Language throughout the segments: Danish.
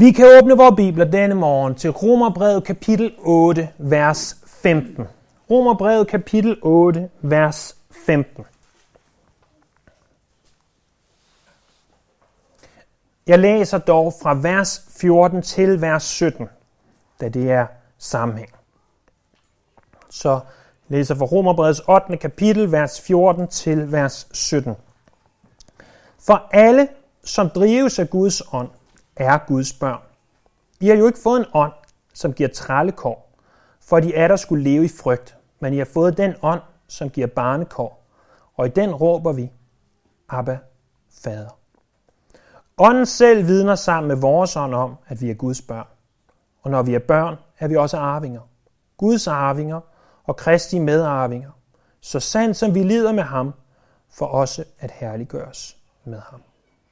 Vi kan åbne vores bibler denne morgen til Romerbrevet kapitel 8, vers 15. Romerbrevet kapitel 8, vers 15. Jeg læser dog fra vers 14 til vers 17, da det er sammenhæng. Så læser fra Romerbrevets 8. kapitel, vers 14 til vers 17. For alle, som drives af Guds ånd, er Guds børn. I har jo ikke fået en ånd, som giver trællekår, for de der skulle leve i frygt, men I har fået den ånd, som giver barnekår, og i den råber vi, Abba, Fader. Ånden selv vidner sammen med vores ånd om, at vi er Guds børn. Og når vi er børn, er vi også arvinger. Guds arvinger og Kristi medarvinger. Så sandt som vi lider med ham, for også at herliggøres med ham.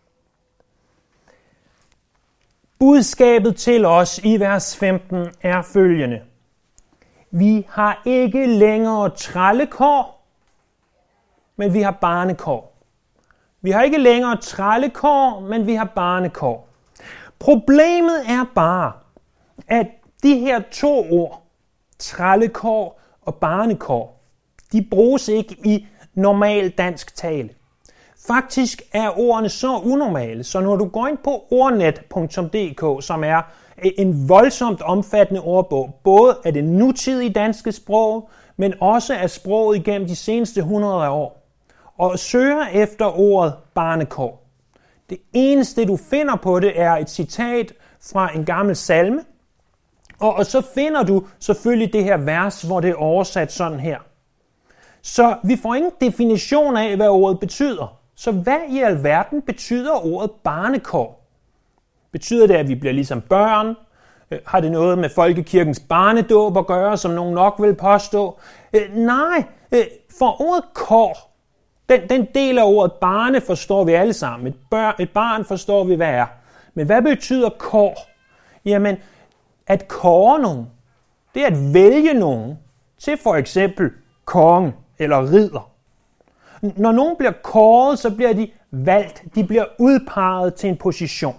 Budskabet til os i vers 15 er følgende. Vi har ikke længere trællekår, men vi har barnekår. Vi har ikke længere trællekår, men vi har barnekår. Problemet er bare, at de her to ord, trællekår og barnekår, de bruges ikke i normal dansk tale. Faktisk er ordene så unormale, så når du går ind på ordnet.dk, som er en voldsomt omfattende ordbog, både af det nutidige danske sprog, men også af sproget igennem de seneste 100 år, og søger efter ordet barnekår. Det eneste, du finder på det, er et citat fra en gammel salme, og så finder du selvfølgelig det her vers, hvor det er oversat sådan her. Så vi får ingen definition af, hvad ordet betyder. Så hvad i alverden betyder ordet barnekår? Betyder det, at vi bliver ligesom børn? Har det noget med folkekirkens barnedåb at gøre, som nogen nok vil påstå? Nej, for ordet kår, den del af ordet barne forstår vi alle sammen. Et barn forstår vi, hvad er. Men hvad betyder kår? Jamen, at kåre nogen, det er at vælge nogen til for eksempel konge eller ridder. Når nogen bliver kåret, så bliver de valgt. De bliver udpeget til en position.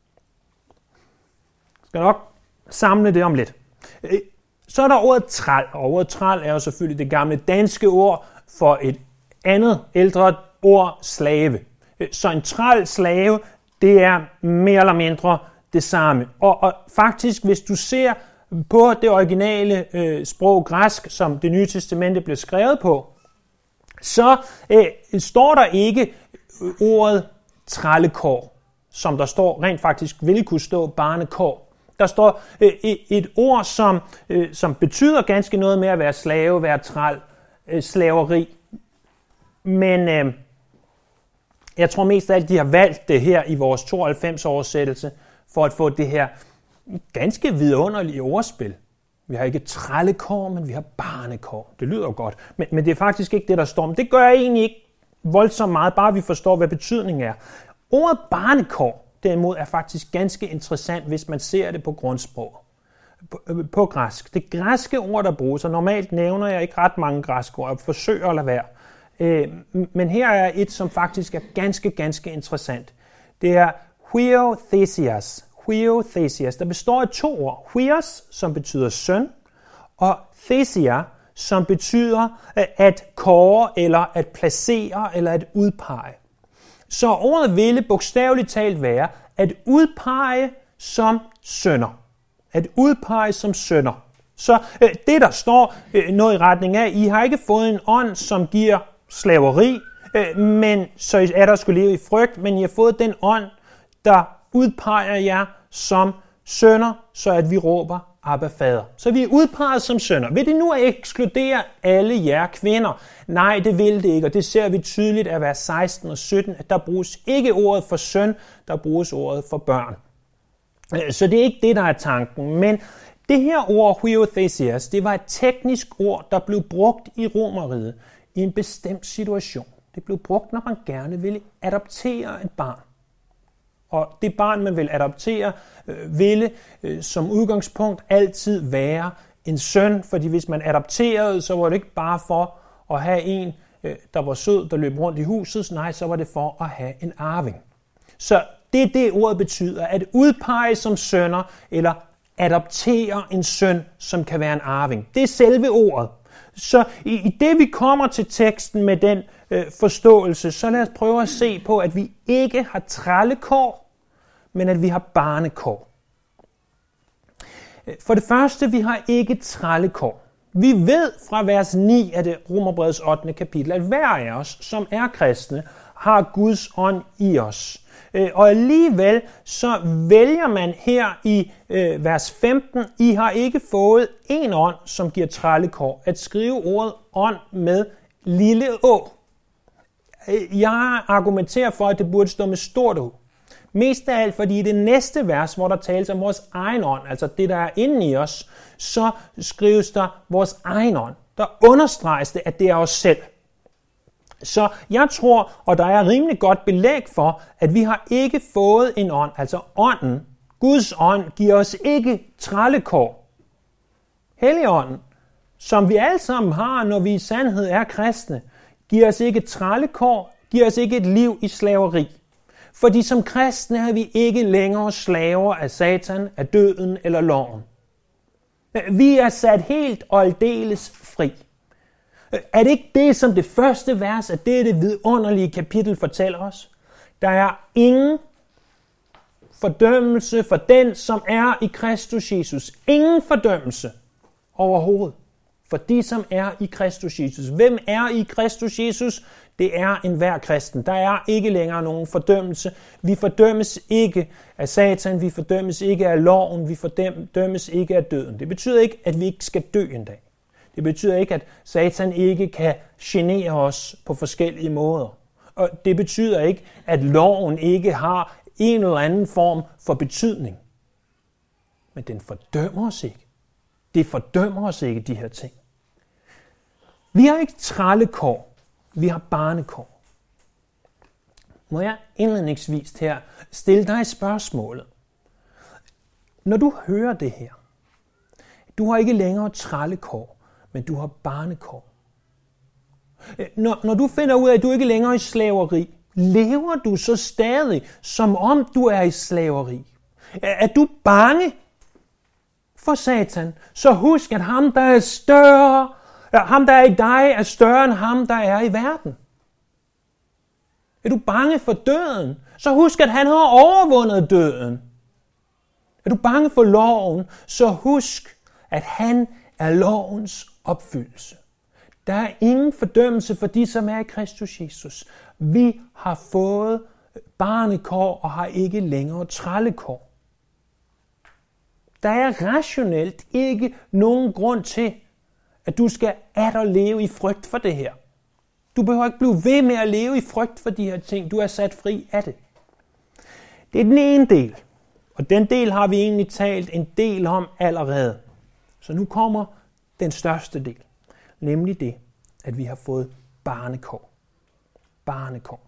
Jeg skal nok samle det om lidt. Så er der ordet træl, og ordet træl er jo selvfølgelig det gamle danske ord for et andet ældre ord, slave. Så en træl, slave, det er mere eller mindre det samme. Og faktisk, hvis du ser på det originale sprog græsk, som det nye testamente blev skrevet på, så står der ikke ordet trællekår, som der står rent faktisk vil kunne stå barnekår. Der står et ord, som betyder ganske noget med at være slave, være træl, slaveri. Men jeg tror mest af alt, de har valgt det her i vores 92-oversættelse, for at få det her ganske vidunderlige ordspil. Vi har ikke trællekår, men vi har barnekår. Det lyder jo godt, men det er faktisk ikke det, der står. Men det gør egentlig ikke voldsomt meget, bare vi forstår, hvad betydningen er. Ordet barnekår, derimod, er faktisk ganske interessant, hvis man ser det på grundsprog. På græsk. Det græske ord, der bruges, og normalt nævner jeg ikke ret mange græske ord, jeg forsøger at lade være. Men her er et, som faktisk er ganske interessant. Det er huiothesias. Huiothesias, der består af to ord. Huios, som betyder søn, og thesia, som betyder at kåre, eller at placere, eller at udpege. Så ordet ville bogstaveligt talt være at udpege som sønner. At udpege som sønner. Så det, der står noget i retning af, I har ikke fået en ånd, som giver slaveri, men så der skulle leve i frygt, men I har fået den ånd, der udpeger jer som sønner, så at vi råber Abba, Fader. Så vi er udpeget som sønner. Vil det nu ekskludere alle jer kvinder? Nej, det vil det ikke, og det ser vi tydeligt af vers 16 og 17, at der bruges ikke ordet for søn, der bruges ordet for børn. Så det er ikke det, der er tanken, men det her ord, huiothesias, det var et teknisk ord, der blev brugt i Romerriget i en bestemt situation. Det blev brugt, når man gerne ville adoptere et barn. Og det barn, man vil adoptere, ville som udgangspunkt altid være en søn, fordi hvis man adopterede, så var det ikke bare for at have en, der var sød, der løb rundt i huset, nej, så var det for at have en arving. Så Det er det, ordet betyder. At udpege som sønner, eller adoptere en søn, som kan være en arving. Det er selve ordet. Så i det, vi kommer til teksten med den forståelse, så lad os prøve at se på, at vi ikke har trallekår, men at vi har barnekår. For det første, vi har ikke trallekår. Vi ved fra vers 9 af det Romerbrevets 8. kapitel, at hver af os, som er kristne, har Guds ånd i os. Og alligevel så vælger man her i vers 15, I har ikke fået en ånd, som giver trallekår, at skrive ordet ånd med lille å. Jeg argumenterer for, at det burde stå med stort å. Mest af alt, fordi i det næste vers, hvor der tales om vores egen ånd, altså det, der er inde i os, så skrives der vores egen ånd. Der understreges det, at det er os selv. Så jeg tror, og der er rimelig godt belæg for, at vi har ikke fået en ånd, altså ånden. Guds ånd giver os ikke trallekår. Helligånden, som vi alle sammen har, når vi i sandhed er kristne, giver os ikke trallekår, giver os ikke et liv i slaveri. Fordi som kristne er vi ikke længere slaver af Satan, af døden eller loven. Vi er sat helt og aldeles fri. Er det ikke det, som det første vers af dette vidunderlige kapitel fortæller os? Der er ingen fordømmelse for den, som er i Kristus Jesus. Ingen fordømmelse overhovedet for de, som er i Kristus Jesus. Hvem er i Kristus Jesus? Det er enhver kristen. Der er ikke længere nogen fordømmelse. Vi fordømmes ikke af Satan, vi fordømmes ikke af loven, vi fordømmes ikke af døden. Det betyder ikke, at vi ikke skal dø en dag. Det betyder ikke, at Satan ikke kan genere os på forskellige måder. Og det betyder ikke, at loven ikke har en eller anden form for betydning. Men den fordømmer os ikke. Det fordømmer os ikke, de her ting. Vi har ikke trallekår. Vi har barnekår. Må jeg indledningsvis her stille dig spørgsmålet. Når du hører det her, du har ikke længere trallekår, men du har barnekår. Når du finder ud af, at du ikke længere er i slaveri, lever du så stadig, som om du er i slaveri? Er du bange for Satan? Så husk, at ham, der er større, ham, der er i dig, er større end ham, der er i verden. Er du bange for døden? Så husk, at han har overvundet døden. Er du bange for loven? Så husk, at han er lovens opfyldelse. Der er ingen fordømmelse for de, som er i Kristus Jesus. Vi har fået barnekår og har ikke længere trallekår. Der er rationelt ikke nogen grund til, at du skal atter leve i frygt for det her. Du behøver ikke blive ved med at leve i frygt for de her ting. Du er sat fri af det. Det er den ene del. Og den del har vi egentlig talt en del om allerede. Så nu kommer den største del. Nemlig det, at vi har fået barnekår. Barnekår.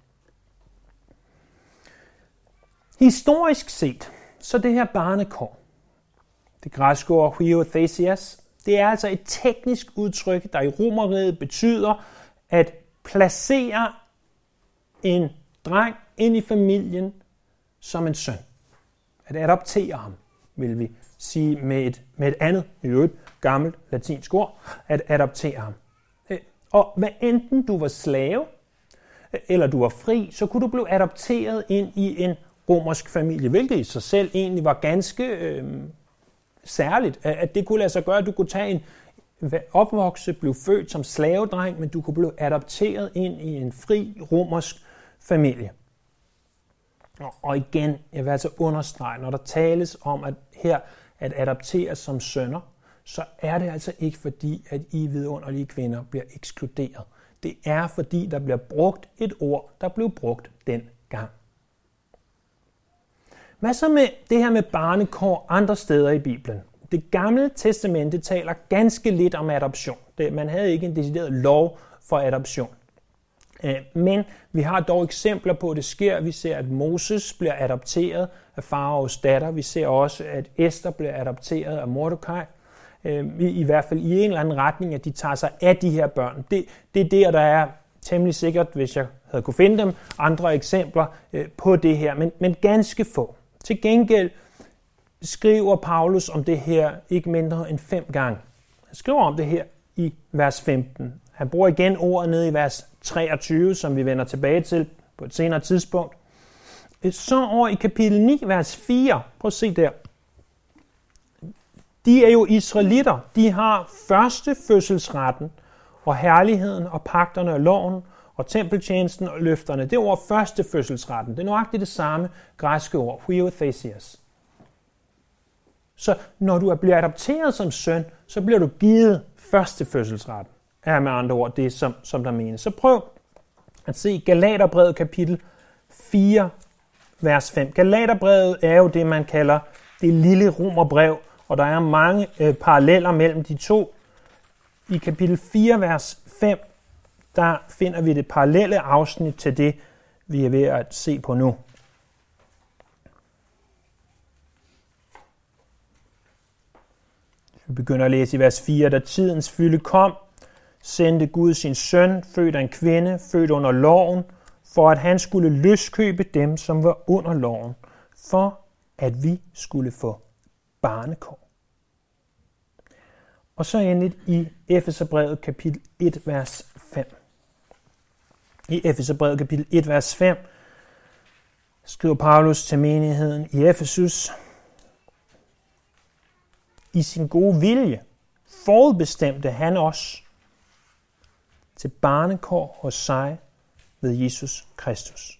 Historisk set, så det her barnekår, det græske ord huiothesias, det er altså et teknisk udtryk, der i Romerriget betyder at placere en dreng ind i familien som en søn. At adoptere ham, vil vi sige med et andet, i øvrigt gammelt latinsk ord, at adoptere ham. Og hvad enten du var slave, eller du var fri, så kunne du blive adopteret ind i en romersk familie, hvilket i sig selv egentlig var ganske særligt, at det kunne lade sig gøre, at du kunne tage en opvokse, blev født som slavedreng, men du kunne blive adopteret ind i en fri romersk familie. Og igen, jeg vil altså understrege, når der tales om at adoptere som sønner, så er det altså ikke fordi, at I vidunderlige kvinder bliver ekskluderet. Det er fordi, der bliver brugt et ord, der blev brugt dengang. Hvad så med det her med barnekår andre steder i Bibelen? Det gamle testamente taler ganske lidt om adoption. Man havde ikke en decideret lov for adoption. Men vi har dog eksempler på, at det sker. Vi ser, at Moses bliver adopteret af faraos datter. Vi ser også, at Esther bliver adopteret af Mordecai. I hvert fald i en eller anden retning, at de tager sig af de her børn. Det er der er temmelig sikkert, hvis jeg havde kunne finde dem, andre eksempler på det her, men ganske få. Til gengæld skriver Paulus om det her ikke mindre end 5 gange. Han skriver om det her i vers 15. Han bruger igen ordet nede i vers 23, som vi vender tilbage til på et senere tidspunkt. Så over i kapitel 9, vers 4. Prøv at se der. De er jo israelitter. De har første fødselsretten og herligheden og pagterne og loven og tempeltjenesten og løfterne. Det ord første fødselsretten. Det er nøjagtigt det samme græske ord, huiothesias. Så når du bliver adopteret som søn, så bliver du givet første fødselsretten. Er med andre ord det, som der menes. Så prøv at se Galaterbrevet kapitel 4, vers 5. Galaterbrevet er jo det, man kalder det lille romerbrev, og der er mange paralleller mellem de to. I kapitel 4, vers 5, der finder vi det parallelle afsnit til det, vi er ved at se på nu. Vi begynder at læse i vers 4. Da tidens fylde kom, sendte Gud sin søn, født af en kvinde, født under loven, for at han skulle løskøbe dem, som var under loven, for at vi skulle få barnekår. Og så endelig i Efeserbrevet kapitel 1, vers 5. I Efeserbrevet kapitel 1, vers 5 skriver Paulus til menigheden i Efesus: I sin gode vilje forudbestemte han os til barnekår hos sig ved Jesus Kristus.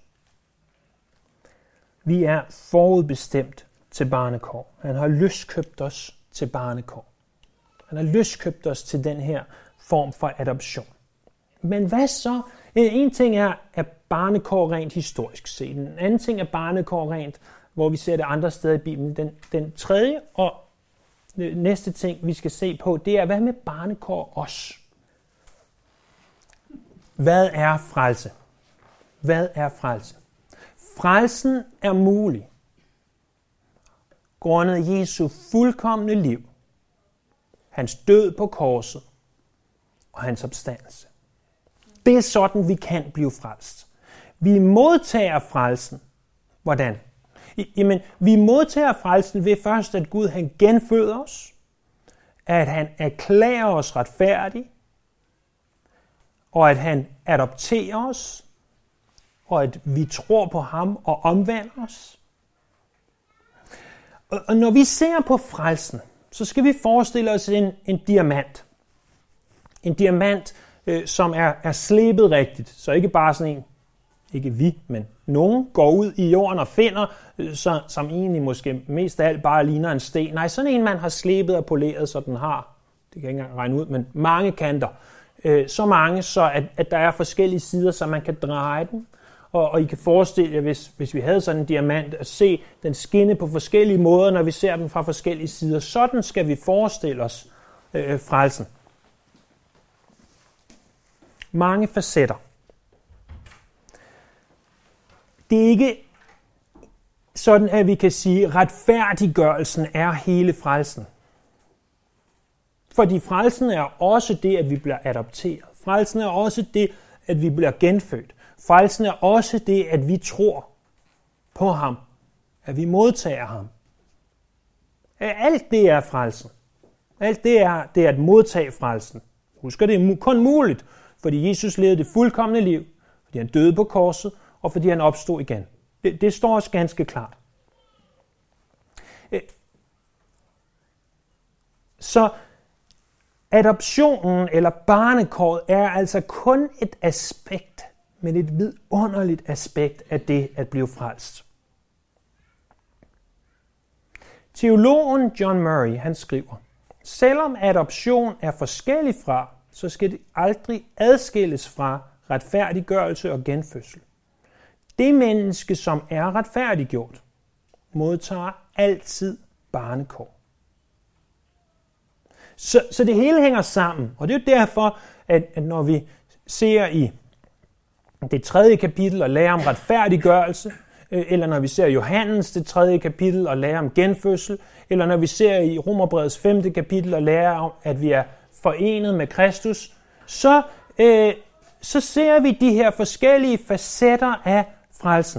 Vi er forudbestemt til barnekår. Han har løskøbt os til barnekår. Han har løskøbt os til den her form for adoption. Men hvad så? En ting er barnekår rent historisk set. En anden ting er barnekår rent, hvor vi ser det andre steder i Bibelen. Den tredje og næste ting, vi skal se på, det er, hvad med barnekår os? Hvad er frelse? Hvad er frelse? Frelsen er mulig grundet Jesu fuldkomne liv, hans død på korset og hans opstandelse. Det er sådan, vi kan blive frelst. Vi modtager frelsen. Hvordan? Jamen, vi modtager frelsen ved først, at Gud han genføder os, at han erklærer os retfærdige, og at han adopterer os, og at vi tror på ham og omvender os. Og når vi ser på frelsen, så skal vi forestille os en diamant. En diamant, som er slebet rigtigt. Så ikke bare sådan en, ikke vi, men nogen går ud i jorden og finder, som egentlig måske mest af alt bare ligner en sten. Nej, sådan en man har slebet og poleret, så den har, det kan jeg ikke engang regne ud, men mange kanter. Så mange, så at der er forskellige sider, så man kan dreje den. Og I kan forestille jer, hvis vi havde sådan en diamant, at se den skinne på forskellige måder, når vi ser den fra forskellige sider. Sådan skal vi forestille os frelsen. Mange facetter. Det er ikke sådan, at vi kan sige, at retfærdiggørelsen er hele frelsen. Fordi frelsen er også det, at vi bliver adopteret. Frelsen er også det, at vi bliver genfødt. Frelsen er også det, at vi tror på ham. At vi modtager ham. Alt det er frelsen. Alt det er at modtage frelsen. Husk, det er kun muligt, fordi Jesus levede det fuldkomne liv, fordi han døde på korset, og fordi han opstod igen. Det står også ganske klart. Så adoptionen eller barnekåret er altså kun et aspekt, men et vidunderligt aspekt af det at blive frelst. Teologen John Murray, han skriver: selvom adoption er forskellig fra, så skal det aldrig adskilles fra retfærdiggørelse og genfødsel. Det menneske, som er retfærdiggjort, modtager altid barnekår. Så det hele hænger sammen, og det er jo derfor, at når vi ser i det 3. kapitel og lærer om retfærdiggørelse, eller når vi ser Johannes det 3. kapitel og lærer om genfødsel, eller når vi ser i Romerbrevets 5. kapitel og lærer om, at vi er forenet med Kristus, så så ser vi de her forskellige facetter af frelsen.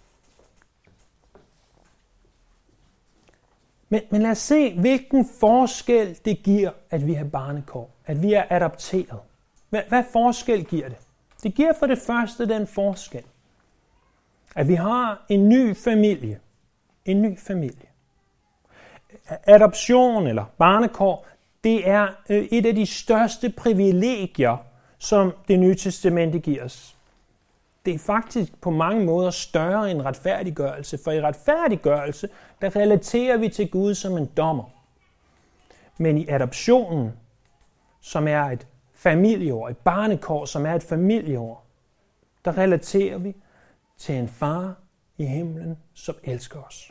Men lad os se, hvilken forskel det giver, at vi har barnekår, at vi er adopteret. Hvad forskel giver det? Det giver for det første den forskel, at vi har en ny familie. En ny familie. Adoption eller barnekår, det er et af de største privilegier, som det nye testamente giver os. Det er faktisk på mange måder større end retfærdiggørelse, for i retfærdiggørelse, der relaterer vi til Gud som en dommer. Men i adoptionen, som er et familieår, et barnekår, som er et familieår, der relaterer vi til en far i himlen, som elsker os.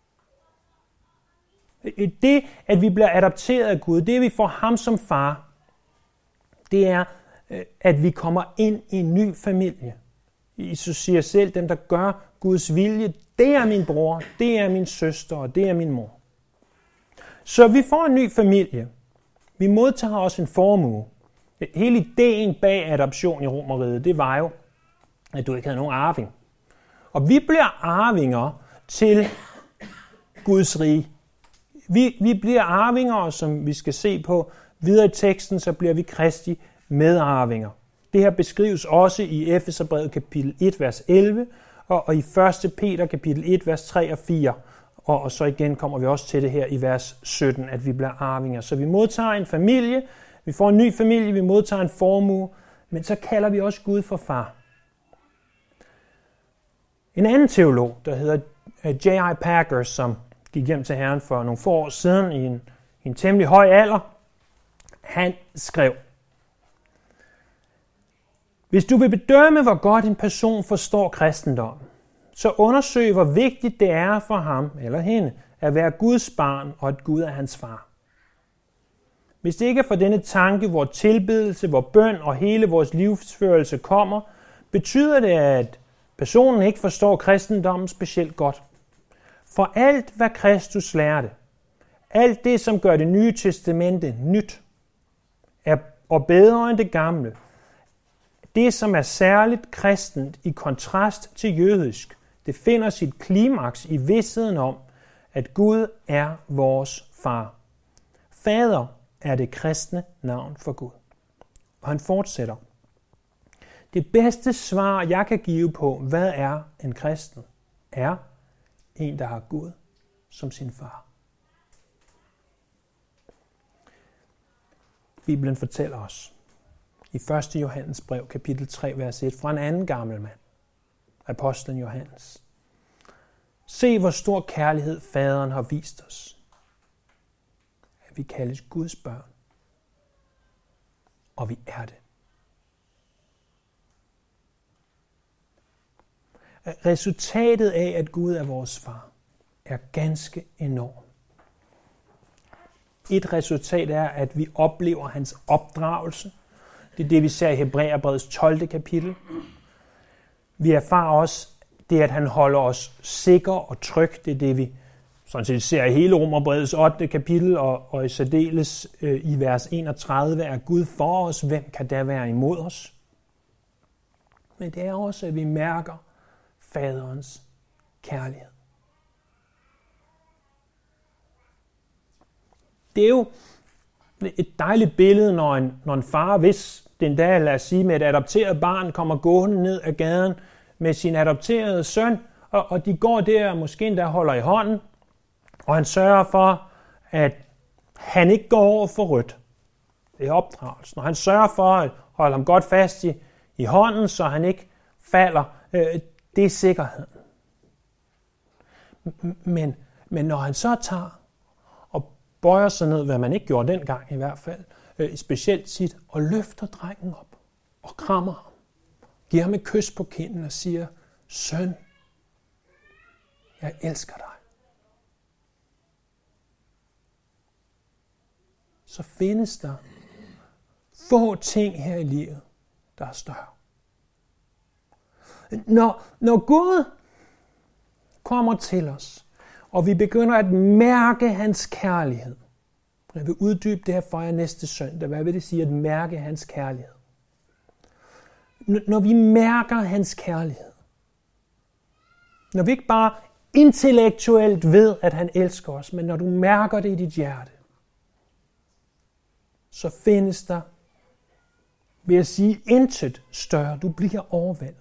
Det, at vi bliver adopteret af Gud, det, at vi får ham som far, det er, at vi kommer ind i en ny familie. Jesus siger selv, dem der gør Guds vilje, det er min bror, det er min søster, og det er min mor. Så vi får en ny familie. Vi modtager også en formue. Hele ideen bag adoption i Romerriget, det var jo, at du ikke havde nogen arving. Og vi bliver arvinger til Guds rige. Vi bliver arvinger, som vi skal se på videre i teksten, så bliver vi Kristi medarvinger. Det her beskrives også i Efeserbrevet kapitel 1, vers 11, og i 1. Peter kapitel 1, vers 3 og 4. Og så igen kommer vi også til det her i vers 17, at vi bliver arvinger. Så vi modtager en familie, vi får en ny familie, vi modtager en formue, men så kalder vi også Gud for far. En anden teolog, der hedder J.I. Packer, som gik hjem til Herren for nogle få år siden i en temmelig høj alder, han skrev: Hvis du vil bedømme, hvor godt en person forstår kristendommen, så undersøg, hvor vigtigt det er for ham eller hende at være Guds barn, og at Gud er hans far. Hvis det ikke er for denne tanke, hvor tilbedelse, hvor bøn og hele vores livsførelse kommer, betyder det, at personen ikke forstår kristendommen specielt godt. For alt, hvad Kristus lærte, alt det, som gør det nye testamente nyt, og bedre end det gamle, det, som er særligt kristent i kontrast til jødisk, det finder sit klimaks i vidstheden om, at Gud er vores far. Fader er det kristne navn for Gud. Og han fortsætter: Det bedste svar, jeg kan give på, hvad er en kristen, er en, der har Gud som sin far. Bibelen fortæller os i 1. Johannes brev, kapitel 3, vers 1, fra en anden gammel mand, apostlen Johannes. Se, hvor stor kærlighed faderen har vist os, at vi kaldes Guds børn, og vi er det. Resultatet af, at Gud er vores far, er ganske enormt. Et resultat er, at vi oplever hans opdragelse. Det er det, vi ser i Hebræerbrevets 12. kapitel. Vi erfarer også det, at han holder os sikre og tryg. Det er det, vi sådan set ser i hele Romerbrevets 8. kapitel, og i særdeles i vers 31, er Gud for os, hvem kan der være imod os? Men det er også, at vi mærker faderens kærlighed. Det er jo et dejligt billede, når en far, hvis den dag, lad os sige, med et adopteret barn, kommer gående ned ad gaden med sin adopterede søn, og de går der, måske endda holder i hånden, og han sørger for, at han ikke går over for rødt. Det er opdragelsen. Og han sørger for at holde ham godt fast i hånden, så han ikke falder. Det er sikkerheden. Men når han så tager og bøjer sig ned, hvad man ikke gjorde dengang i hvert fald, specielt sit, og løfter drengen op og krammer ham, giver ham et kys på kinden og siger: Søn, jeg elsker dig. Så findes der få ting her i livet, der er større. Når Gud kommer til os, og vi begynder at mærke hans kærlighed. Jeg vil uddybe det her for jer næste søndag. Hvad vil det sige at mærke hans kærlighed? når vi mærker hans kærlighed. Når vi ikke bare intellektuelt ved, at han elsker os, men når du mærker det i dit hjerte, så findes der, vil jeg sige, intet større. Du bliver overvældet.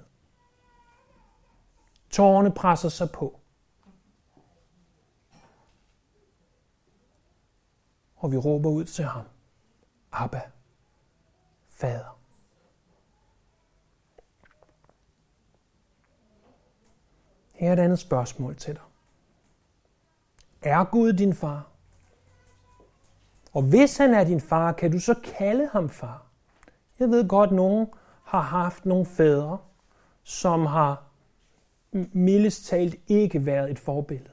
Tårerne presser sig på. Og vi råber ud til ham. Abba, Fader. Her er et andet spørgsmål til dig. Er Gud din far? Og hvis han er din far, kan du så kalde ham far? Jeg ved godt, at nogen har haft nogle fædre, som har mildest talt ikke været et forbillede.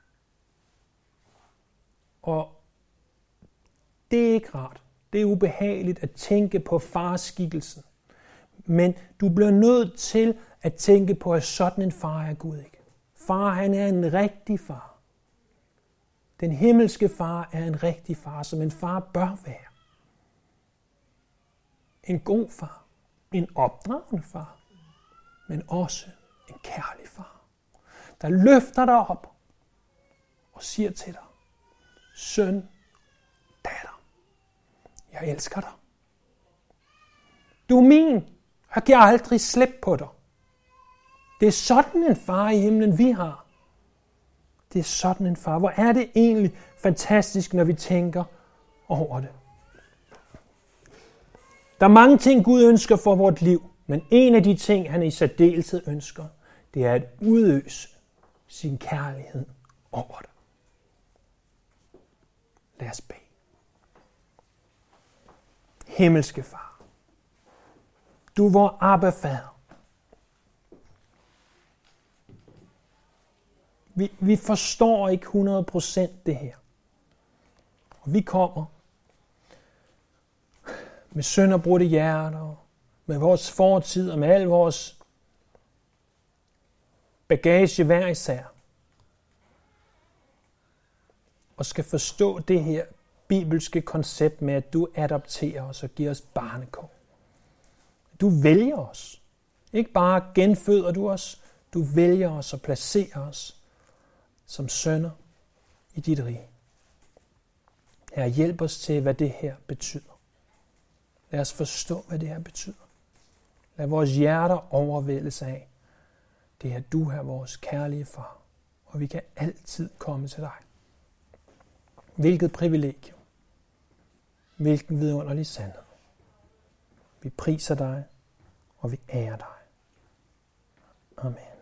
Og det er ikke rart. Det er ubehageligt at tænke på farskikkelsen. Men du bliver nødt til at tænke på, at sådan en far er Gud ikke. Far, han er en rigtig far. Den himmelske far er en rigtig far, som en far bør være. En god far. En opdragende far. Men også en kærlig far. Der løfter dig op og siger til dig, søn, datter, jeg elsker dig. Du er min. Jeg giver aldrig slip på dig. Det er sådan en far i himlen, vi har. Det er sådan en far. Hvor er det egentlig fantastisk, når vi tænker over det. Der er mange ting, Gud ønsker for vort liv, men en af de ting, han i særdeleshed ønsker, det er at udøse sin kærlighed over dig. Lad os bede. Himmelske far, du er vor Abba Fader. Vi forstår ikke 100% det her. Og vi kommer med sønderbrudte hjerter, med vores fortid og med al vores bagage hver især. Og skal forstå det her bibelske koncept med, at du adopterer os og giver os barnekår. Du vælger os. Ikke bare genføder du os, du vælger os og placerer os som sønner i dit rige. Herre, hjælp os til, hvad det her betyder. Lad os forstå, hvad det her betyder. Lad vores hjerter overvældes af, det er du, her vores kærlige far, og vi kan altid komme til dig. Hvilket privilegium. Hvilken vidunderlig sandhed. Vi priser dig, og vi ærer dig. Amen.